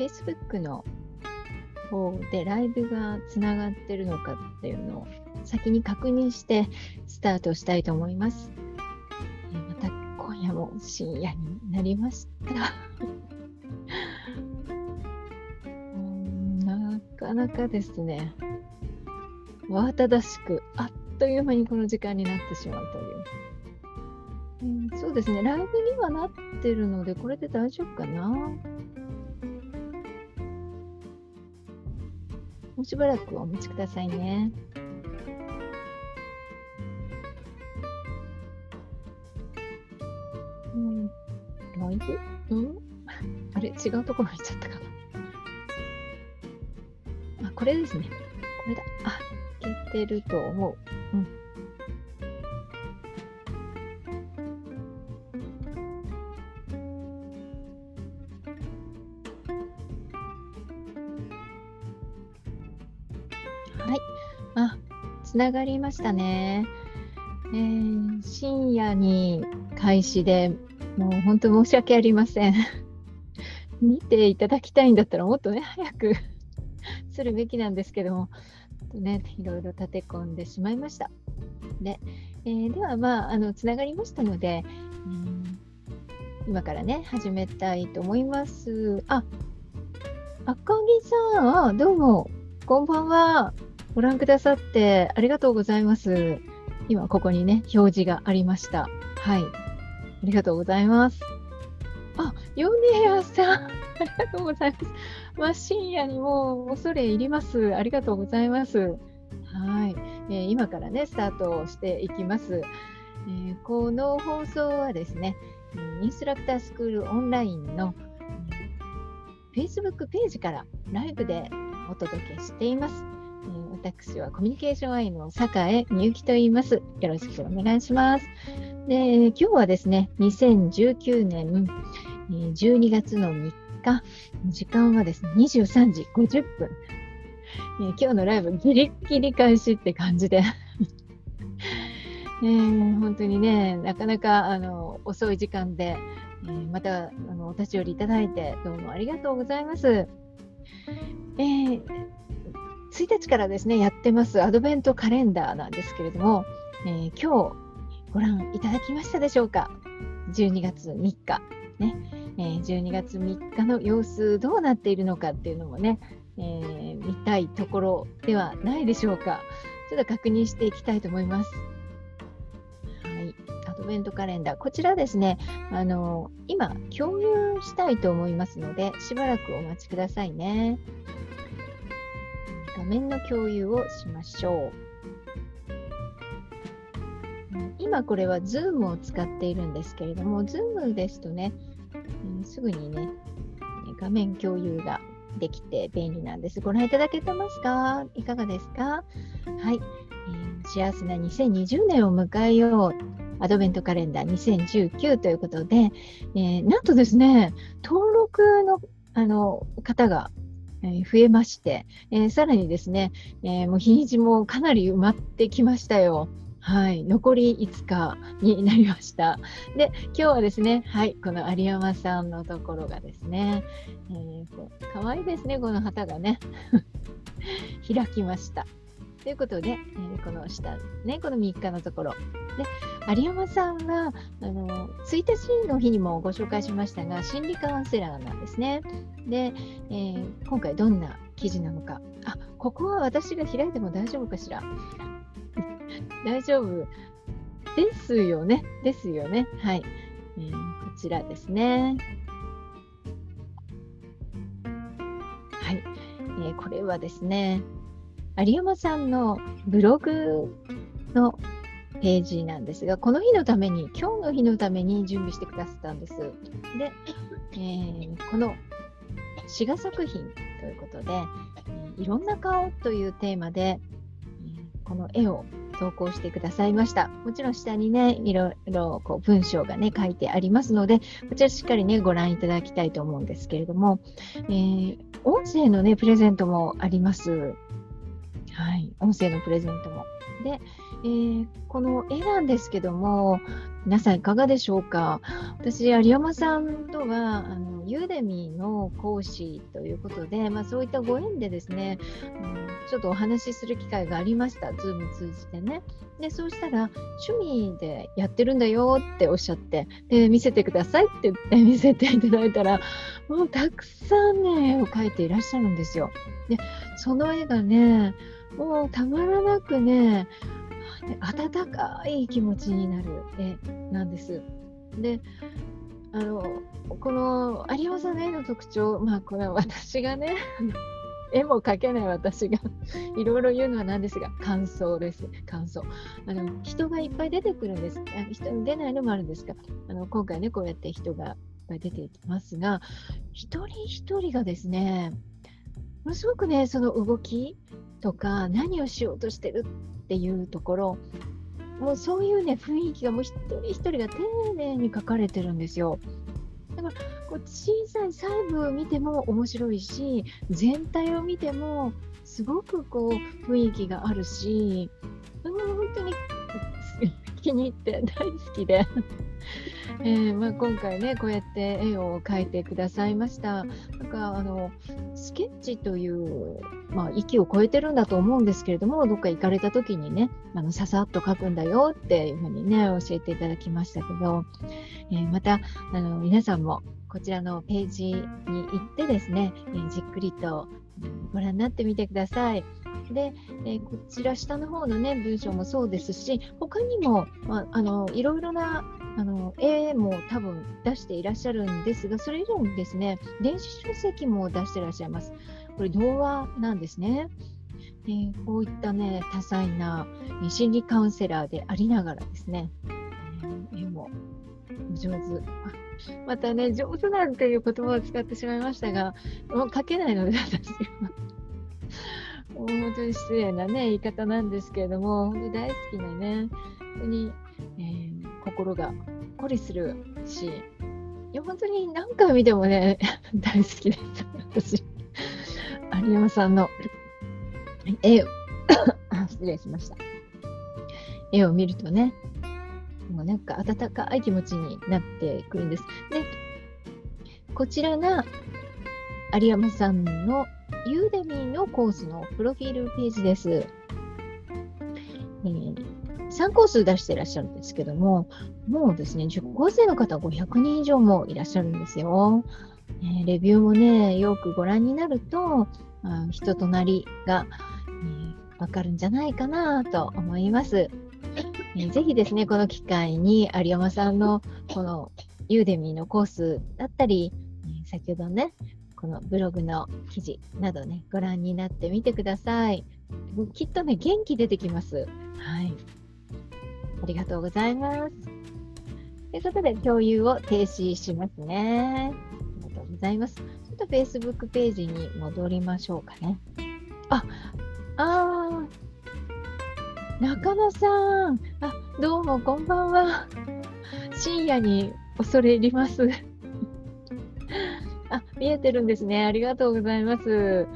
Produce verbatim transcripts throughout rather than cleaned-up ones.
Facebook の方でライブがつながってるのかっていうのを先に確認してスタートしたいと思います。えーまた今夜も深夜になりました。うーんなかなかですね、慌ただしくあっという間にこの時間になってしまうという。えーそうですね、ライブにはなってるので、これで大丈夫かな。もうしばらくお待ちくださいね。うん、ライブうんあれ、違うところに行っちゃったかな。あ、これですね。これだ。あ、いけてると思う。うん。はい。あ、つながりましたね。えー深夜に開始で、もう本当申し訳ありません。見ていただきたいんだったらもっとね、早くするべきなんですけども、ね、いろいろ立て込んでしまいました。で、えーでは、まあ、あの、つながりましたので、うん今からね、始めたいと思います。あ、赤木さん、あ、どうも、こんばんは。ご覧くださってありがとうございます。今、ここにね、表示がありました。はい。ありがとうございます。あ、ヨネヤさん、ありがとうございます。まあ、深夜にもう恐れ入ります。ありがとうございます。はい。えー今からね、スタートしていきます。えーこの放送はですね、えーインストラクタースクールオンラインのえー Facebook ページからライブでお届けしています。えー私はコミュニケーションアイの坂江美幸と言います。よろしくお願いします。で、今日はですね、にせんじゅうきゅうねんえーじゅうにがつのみっか、時間はですね、にじゅうさんじごじゅっぷん。えー今日のライブギリギリ開始って感じで、えー本当にね、なかなかあの遅い時間で、えーまたあのお立ち寄りいただいてどうもありがとうございます。えーついたちからですね、やってますアドベントカレンダーなんですけれども、えー今日ご覧いただきましたでしょうか。じゅうにがつみっか、ねえーじゅうにがつみっかの様子どうなっているのかっていうのもね、えー見たいところではないでしょうか。ちょっと確認していきたいと思います。はい、アドベントカレンダー、こちらですね、あの今共有したいと思いますので、しばらくお待ちくださいね。画面の共有をしましょう。うん今これは Zoom を使っているんですけれども、Zoom ですとね、うんすぐにね、画面共有ができて便利なんです。ご覧いただけてますか？いかがですか？はい、えー幸せなにせんにじゅうねんを迎えよう。アドベントカレンダーにせんじゅうきゅうということで、えーなんとですね、登録の、あの方が、えー増えまして、えーさらにですね、えーもう日にちもかなり埋まってきましたよ。はい、残りいつかになりました。で、今日はですね、はい、この有山さんのところがですね、えー、こうかわいいですね、この旗がね、開きました。ということで、えーこの下、ね、このみっかのところ。で、有山さんが、あの、ついたちの日にもご紹介しましたが、心理カウンセラーなんですね。で、えー今回どんな記事なのか。あ、ここは私が開いても大丈夫かしら。大丈夫ですよね。ですよね。はい。えーこちらですね。はい。えーこれはですね、有山さんのブログのページなんですが、この日のために、今日の日のために準備してくださったんです。で、えーこの詩画作品ということで、えーいろんな顔というテーマで、えーこの絵を投稿してくださいました。もちろん下にね、いろいろこう文章がね、書いてありますので、こちらしっかりね、ご覧いただきたいと思うんですけれども、えー音声のね、プレゼントもあります。はい、音声のプレゼントも。で、えーこの絵なんですけども、皆さんいかがでしょうか。私、有山さんとはあののユーデミーの講師ということで、まあ、そういったご縁でですね、うん、ちょっとお話しする機会がありました。Zoom 通じてね。で、そうしたら趣味でやってるんだよっておっしゃって、で、見せてくださいって言って見せていただいたら、もうたくさんね、絵を描いていらっしゃるんですよ。で、その絵がね、もうたまらなくね、温かい気持ちになる絵なんです。で、あのこの有山さんの絵の特徴、まあこれは私がね絵も描けない私がいろいろ言うのはなんですが、感想です。感想。あの人がいっぱい出てくるんです。あ、人出ないのもあるんですが、あの今回ねこうやって人がいっぱい出てきますが、一人一人がですね、ものすごくね、その動きとか何をしようとしてるっていうところ、もうそういうね雰囲気がもう一人一人が丁寧に描かれてるんですよ。だからこう小さい細部を見ても面白いし、全体を見てもすごくこう雰囲気があるし、うん、本当に気に入って大好きで、えーまあ、今回ねこうやって絵を描いてくださいました。なんかあのスケッチという、まあ、域を超えてるんだと思うんですけれども、どっか行かれた時にね、あのささっと描くんだよっていうふうにね教えていただきましたけど、えーまたあの皆さんもこちらのページに行ってですね、えーじっくりとご覧になってみてください。で、えーこちら下の方のね文章もそうですし、他にも、まあ、あのいろいろなあの絵も多分出していらっしゃるんですが、それ以上にですね電子書籍も出していらっしゃいます。これ童話なんですね。えーこういったね多彩なえー心理カウンセラーでありながらですね、えー絵も上手。またね、上手なんていう言葉を使ってしまいましたが、もう書けないので私は。もう本当に失礼なね、言い方なんですけれども、本当に大好きなね、本当に、えー心がほっこりするし、いや本当に何回見てもね、大好きです。私、有山さんの絵を、失礼しました。絵を見るとね、もうなんか温かい気持ちになってくるんです。で、こちらが有山さんのユーデミーのコースのプロフィールページです。えー、さんコース出していらっしゃるんですけども、もうですね、受講生の方ごひゃくにん以上もいらっしゃるんですよ。えー、レビューもね、よくご覧になると、あ人となりが、えー、わかるんじゃないかなと思います。えー、ぜひですね、この機会に有山さんのこのユーデミーのコースだったり、えー、先ほどね、このブログの記事などね、ご覧になってみてください。きっとね、元気出てきます。はい。ありがとうございます。ということで、共有を停止しますね。ありがとうございます。ちょっと Facebook ページに戻りましょうかね。あ、あー、中野さん。あ、どうもこんばんは。深夜に恐れ入ります。あ、見えてるんですね。ありがとうございます。うん、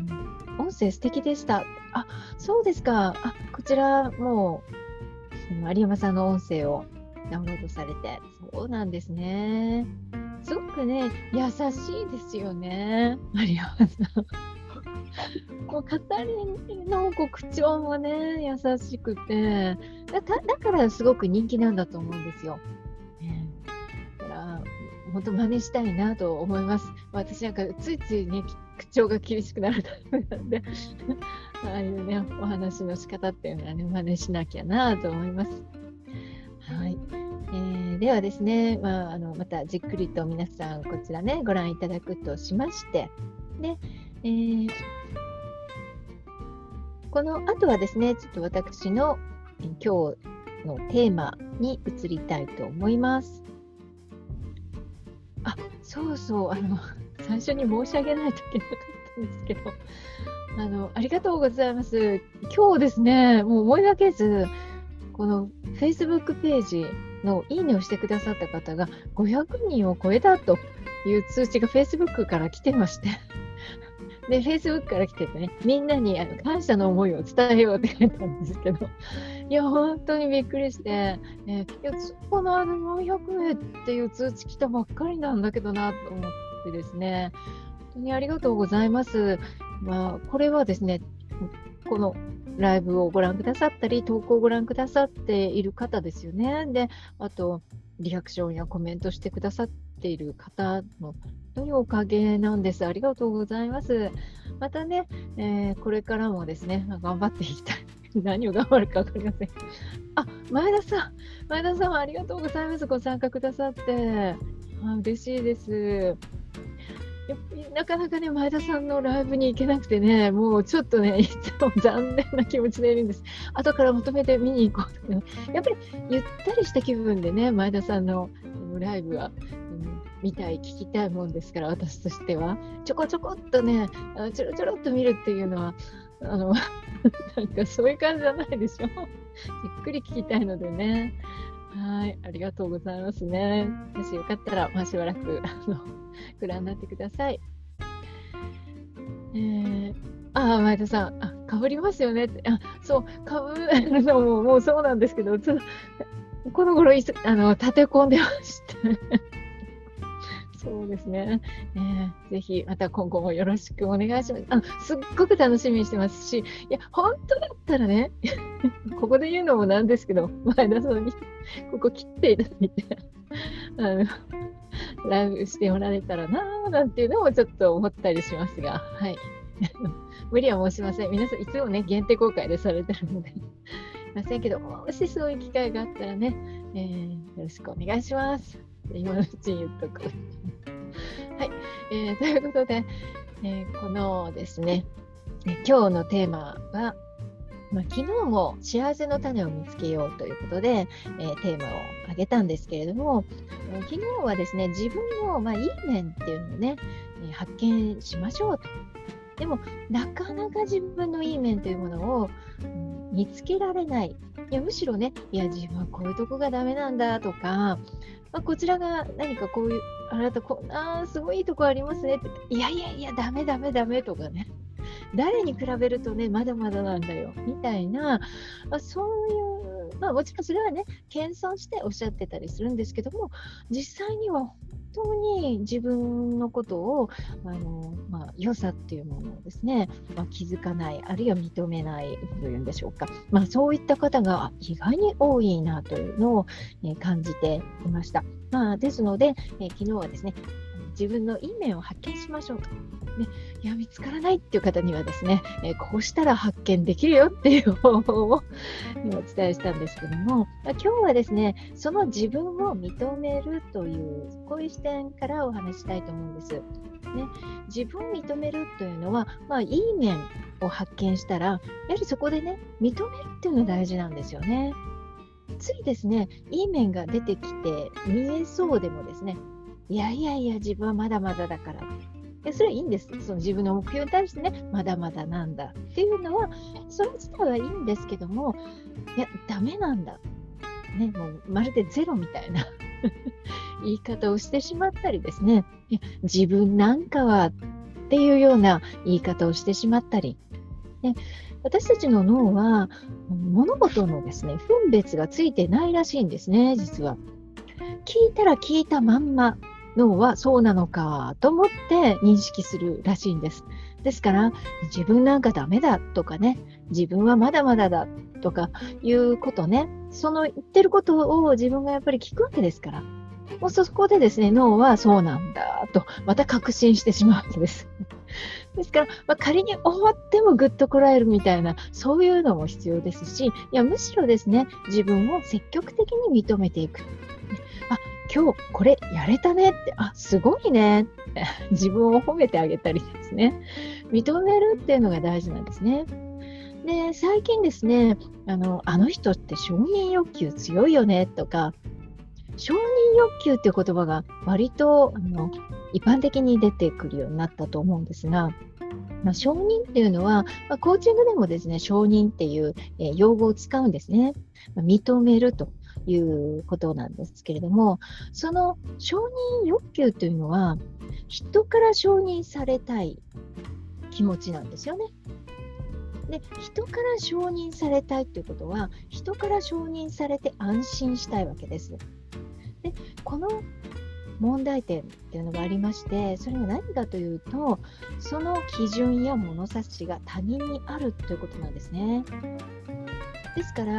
音声素敵でした。あ、そうですか。あ、こちらもう有山さんの音声をダウンロードされて、そうなんですね。すごくね、優しいですよね、有山さん。こう語りのこう口調もね、優しくて、だか、だからすごく人気なんだと思うんですよ。ね、だから本当真似したいなと思います。私なんかついついね、口調が厳しくなるタイプなんで、ああいうね、お話の仕方っていうのはね、真似しなきゃなと思います。はい。えー、ではですね、まあ、あのまたじっくりと皆さんこちらね、ご覧いただくとしまして、で、えー、この後はですね、ちょっと私の今日のテーマに移りたいと思います。あ、そうそう、あの、最初に申し上げないといけなかったんですけど、あの、ありがとうございます。今日ですね、もう思いがけず、この Facebook ページのいいねをしてくださった方がごひゃくにんを超えたという通知が Facebook から来てまして、 で、Facebook から来ててね、みんなにあの感謝の思いを伝えようって書いてあるんですけど、いや、本当にびっくりして、えー、いや、この間よんひゃくえんっていう通知来たばっかりなんだけどなと思ってですね、本当にありがとうございます。まあ、これはですね、このライブをご覧くださったり、投稿をご覧くださっている方ですよね。で、あと、リアクションやコメントしてくださっている方の本当におかげなんです。ありがとうございます。またね、えーこれからもですね、頑張っていきたい。何を頑張るか分かりません。あ、前田さん、前田さんありがとうございます。ご参加くださって。あ、嬉しいです。やっぱりなかなかね、前田さんのライブに行けなくてね、もうちょっとね、いつも残念な気持ちでいるんです。後からまとめて見に行こうとかね、やっぱりゆったりした気分でね、前田さんのあのライブは、うん見たい、聞きたいもんですから、私としては。ちょこちょこっとね、あのちょろちょろっと見るっていうのは、あの、なんかそういう感じじゃないでしょ。じっくり聞きたいのでね。はい、ありがとうございますね。もしよかったら、まあ、しばらくあのご覧になってください。えー、ああ、前田さん、あ、かぶりますよねって。あ、そう、かぶるのももうそうなんですけど、ちょっとこの頃いそあの立て込んでまして。そうですね、えーぜひまた今後もよろしくお願いします。あ、すっごく楽しみにしてますし、いや、本当だったらね、ここで言うのもなんですけど、前田さんにここ切っていただいて、あの、ライブしておられたらなぁなんていうのもちょっと思ったりしますが、はい。無理は申しません。皆さんいつもね、限定公開でされてるので、ませんけど、もしそういう機会があったらね、えーよろしくお願いします。今のうちに言っとく。はい、えーということで、えーこのですね、え今日のテーマは、まあ、昨日も幸せの種を見つけようということで、えーテーマを挙げたんですけれども、えー昨日はですね、自分の、まあ、いい面っていうのをね、えー発見しましょうと。でも、なかなか自分のいい面というものを、うん見つけられない。いや、むしろね、いや、自分はこういうとこがダメなんだとか、まあ、こちらが何かこういう、あなたこんなすごいいいとこありますねって、いやいやいや、ダメダメダメとかね、誰に比べるとね、まだまだなんだよ、みたいな、まあ、そういう、まあもちろんそれはね、謙遜しておっしゃってたりするんですけども、実際には本当に自分のことを、あの、まあ、良さっていうものをですね、まあ、気づかない、あるいは認めないというんでしょうか。まあそういった方が意外に多いなというのを、えー感じていました。まあですので、えー昨日はですね、自分のいい面を発見しましょうと。ね、いや見つからないっていう方にはですね、えーこうしたら発見できるよっていう方法をえーお伝えしたんですけども、まあ、今日はですね、その自分を認めるという、こういう視点からお話ししたいと思うんです。ね、自分を認めるというのは、まあ、いい面を発見したら、やはりそこでね、認めるっていうのが大事なんですよね。ついですね、いい面が出てきて見えそうでもですね、いやいやいや、自分はまだまだだから。でそれはいいんです。その自分の目標に対してね、まだまだなんだっていうのは、それ自体はいいんですけども、いや、ダメなんだ。ね、もうまるでゼロみたいな言い方をしてしまったりですね、いや自分なんかはっていうような言い方をしてしまったり、ね、私たちの脳は物事のですね、分別がついてないらしいんですね、実は。聞いたら聞いたまんま脳はそうなのかと思って認識するらしいんです。ですから自分なんかダメだとかね、自分はまだまだだとかいうことね、その言ってることを自分がやっぱり聞くわけですから、もうそこでですね、脳はそうなんだとまた確信してしまうわけです。ですから、まあ、仮に思ってもぐっとこらえるみたいな、そういうのも必要ですし、いやむしろですね、自分を積極的に認めていく。あ、今日これやれたねって、あ、すごいねって自分を褒めてあげたりですね、認めるっていうのが大事なんですね。で、最近ですね、あの、あの人って承認欲求強いよねとか、承認欲求っていう言葉が割とあの一般的に出てくるようになったと思うんですが、まあ、承認っていうのは、まあ、コーチングでもですね、承認っていう、えー用語を使うんですね。まあ認めるということなんですけれども、その承認欲求というのは、人から承認されたい、 気持ちなんですよね。で、人から承認されたいっていうことは、人から承認されて安心したいわけです。で、この問題点っていうのがありまして、それは何かというと、その基準や物差しが他人にあるということなんですね。ですから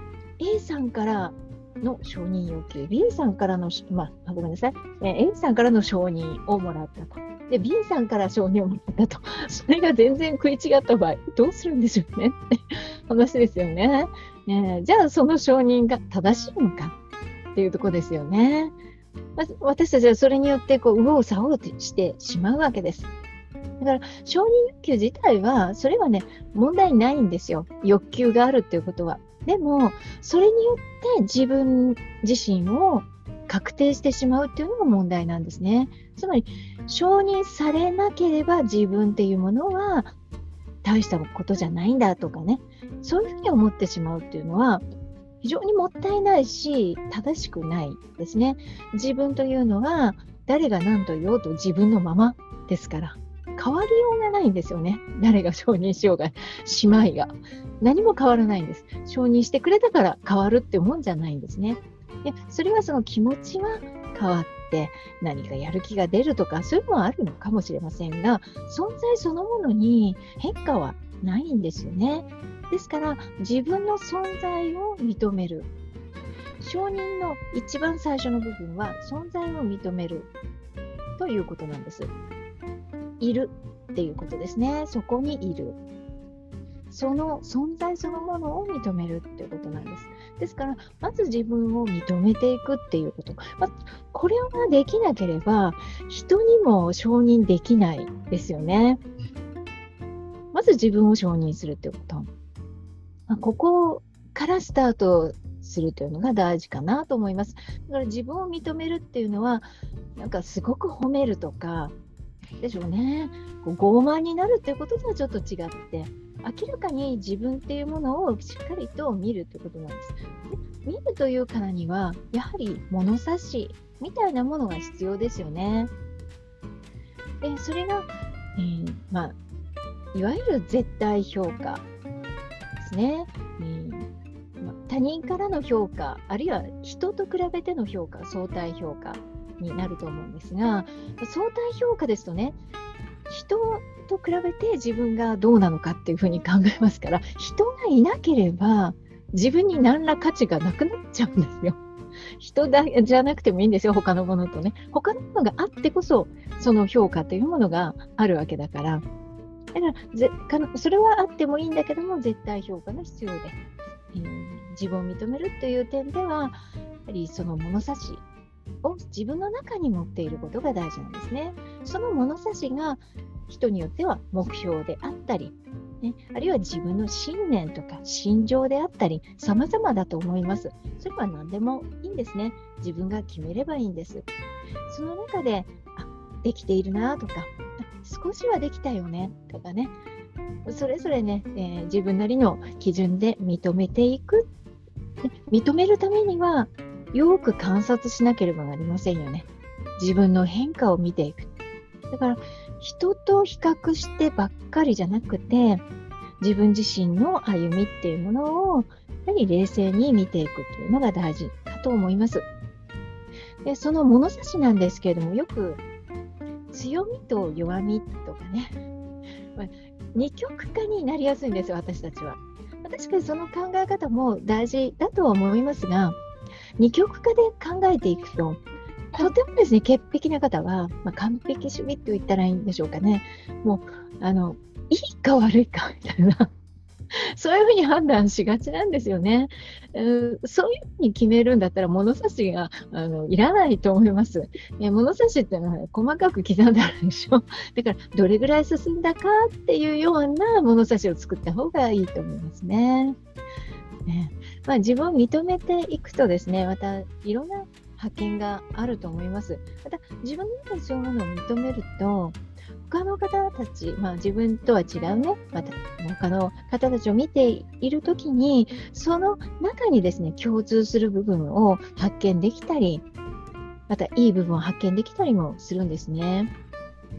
、A さんからの承認欲求、B さんからの、まあ、ごめんなさい、A さんからの承認をもらったと。で、B さんから承認をもらったと。それが全然食い違った場合、どうするんでしょうねって話ですよね。えー、じゃあ、その承認が正しいのかっていうところですよね。まず私たちはそれによってこう右往左往してしまうわけです。だから承認欲求自体はそれはね問題ないんですよ。欲求があるっていうことは。でもそれによって自分自身を確定してしまうっていうのが問題なんですね。つまり承認されなければ自分っていうものは大したことじゃないんだとかね、そういうふうに思ってしまうっていうのは非常にもったいないし正しくないですね。自分というのは誰が何と言おうと自分のままですから、変わりようがないんですよね。誰が承認しようがしまいが何も変わらないんです。承認してくれたから変わるってもんじゃないんですね。でそれはその気持ちは変わって何かやる気が出るとかそういうのはあるのかもしれませんが、存在そのものに変化はないんですよね。ですから自分の存在を認める。承認の一番最初の部分は存在を認めるということなんです。いるっていうことですね。そこにいる。その存在そのものを認めるっていうことなんです。ですからまず自分を認めていくっていうこと。まあ、これができなければ人にも承認できないですよね。まず自分を承認するっていうこと。ここからスタートするというのが大事かなと思います。だから自分を認めるっていうのはなんかすごく褒めるとかでしょうね。こう傲慢になるっていうこととはちょっと違って明らかに自分っていうものをしっかりと見るということなんです。で見るというからにはやはり物差しみたいなものが必要ですよね。でそれが、えーまあ、いわゆる絶対評価ですね。うんま、他人からの評価、あるいは人と比べての評価、相対評価になると思うんですが、相対評価ですとね、人と比べて自分がどうなのかっていうふうに考えますから、人がいなければ自分に何ら価値がなくなっちゃうんですよ。人だじゃなくてもいいんですよ、他のものとね。他のものがあってこそ、その評価というものがあるわけだから。だからぜかそれはあってもいいんだけども絶対評価が必要で、えー、自分を認めるという点ではやはりその物差しを自分の中に持っていることが大事なんですね。その物差しが人によっては目標であったり、ね、あるいは自分の信念とか心情であったり様々だと思います。それは何でもいいんですね。自分が決めればいいんです。その中であできているなとか少しはできたよねとかね、それぞれね、えー、自分なりの基準で認めていく。認めるためにはよく観察しなければなりませんよね。自分の変化を見ていく。だから人と比較してばっかりじゃなくて自分自身の歩みっていうものをやはり冷静に見ていくというのが大事かと思います。でその物差しなんですけれども、よく強みと弱みとかね、まあ、二極化になりやすいんですよ、私たちは。確かにその考え方も大事だとは思いますが、二極化で考えていくと、とてもですね、潔癖な方は、まあ、完璧主義と言ったらいいんでしょうかね。もう、あの、いいか悪いかみたいな。そういうふうに判断しがちなんですよね。うん、そういうふうに決めるんだったら物差しがあのいらないと思います。え物差しっていうのは細かく刻んであるでしょ。だからどれぐらい進んだかっていうような物差しを作った方がいいと思いますね。ねまあ、自分を認めていくとですね、またいろんな発見があると思います。また自分の中でそういうものを認めると他の方たち、まあ、自分とは違うね、また他の方たちを見ているときに、その中にですね、共通する部分を発見できたり、またいい部分を発見できたりもするんですね。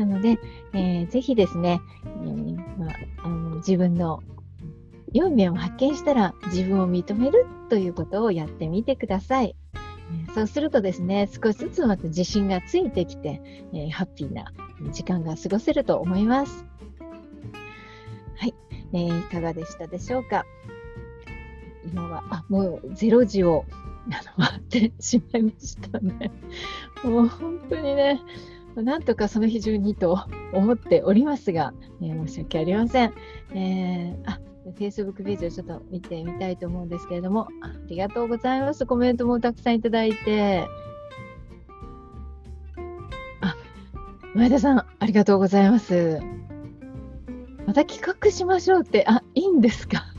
なので、えーぜひですね、えーまあ、あの自分の良い面を発見したら自分を認めるということをやってみてください。えーそうするとですね、少しずつまた自信がついてきて、えーハッピーな時間が過ごせると思います。はい、えーいかがでしたでしょうか。今は、あ、もうゼロじをあの回ってしまいましたね。もう本当にね、なんとかその日中にと思っておりますが、えー申し訳ありません。えーあ、Facebook ページをちょっと見てみたいと思うんですけれども、あ、ありがとうございます。コメントもたくさんいただいて。あ、前田さん、ありがとうございます。また企画しましょうって、あ、いいんですか？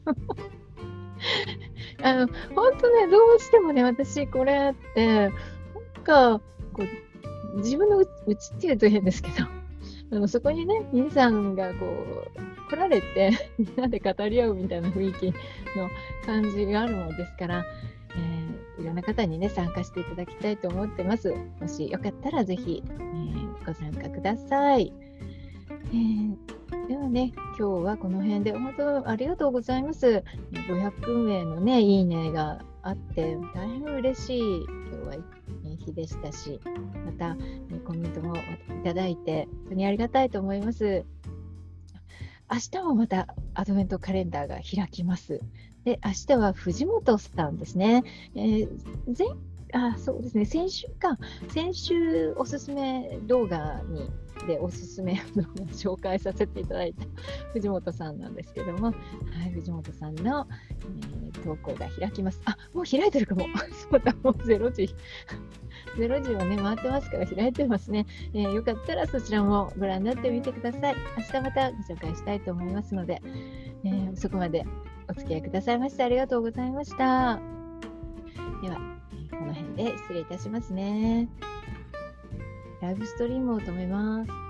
あの、本当ね、どうしてもね、私、これって、なんか、こう、自分のううちっていうと変ですけど、あのそこにね、皆さんがこう、来られて、みんなで語り合うみたいな雰囲気の感じがあるものですから、えーいろんな方にね、参加していただきたいと思ってます。もしよかったら、ぜひ、えーご参加ください。えーではね、今日はこの辺で、本当ありがとうございます。ごひゃくめいのね、いいねがあって、大変嬉しい今日は、えー日でしたし、また、えーコメントもいただいて、本当にありがたいと思います。明日もまたアドベントカレンダーが開きます。で、明日は藤本さんですね。えー前あ、そうですね、先週か、先週おすすめ動画にでおすすめ動画を紹介させていただいた藤本さんなんですけども、はい、藤本さんの、えー投稿が開きます。あ、もう開いてるかも。そうだ、もうゼロじ。ゼロじをね、回ってますから開いてますね。えーよかったらそちらもご覧になってみてください。明日またご紹介したいと思いますので、えーそこまでお付き合いくださいましてありがとうございました。では、えーこの辺で失礼いたしますね。ライブストリームを止めます。